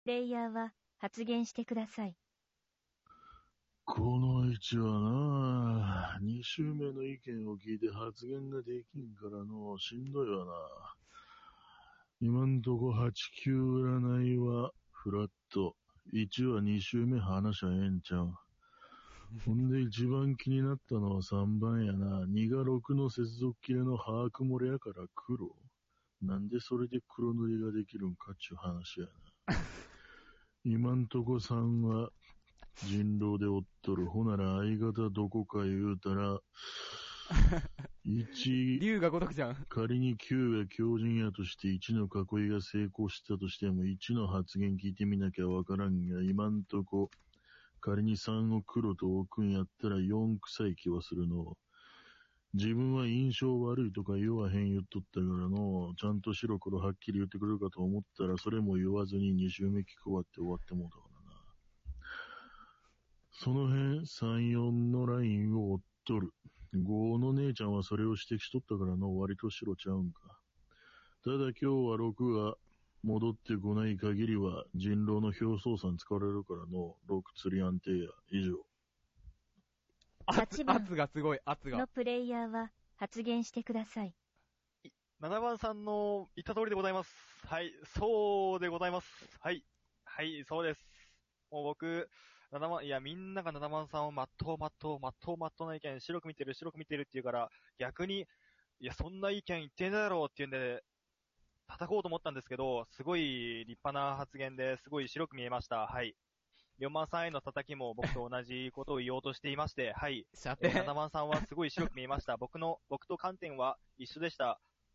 プレイヤーは発言してください。 この位置はな、2周目の意見を聞いて発言ができんからの、しんどいわな。今んとこ8、9占いはフラット。1は2周目話しゃええんちゃう。ほんで一番気になったのは3番やな。2が6の接続切れの把握漏れやから黒。なんでそれで黒塗りができるんかっちゅう話やな。今んとこ3は人狼でおっとる。ほなら相方どこか言うたら、1、 竜が如くじゃん。 仮に9が強靭やとして1の囲いが成功したとしても1の発言聞いてみなきゃわからんが、今んとこ仮に3を黒と置くんやったら4臭い気はするの。自分は印象悪いとか言わへん言っとったからの、ちゃんと白黒はっきり言ってくれるかと思ったら、それも言わずに2周目聞くわって終わってもうたからな。その辺3、4のラインを追っとる。5の姉ちゃんはそれを指摘しとったからの、割と白ちゃうんか。ただ今日は6が戻ってこない限りは人狼の表層さん使われるからの、6釣り安定や。以上。 8番圧がすごい、圧が。 のプレイヤーは発言してください。 7番さんの言った通りでございます。はい、そうでございます。はい。はい、そうです。もう僕、7番、いや、みんなが7番さんをまっとうな意見、白く見てるって言うから、逆に、いや、そんな意見言ってんだろうっていうんで、叩こうと思ったんですけど、すごい立派な発言ですごい白く見えました。はい。4番さんへの叩きも僕と同じことを言おうとしていまして、はい。 射程。 7番さんはすごい白く見えました。僕と観点は一緒でした。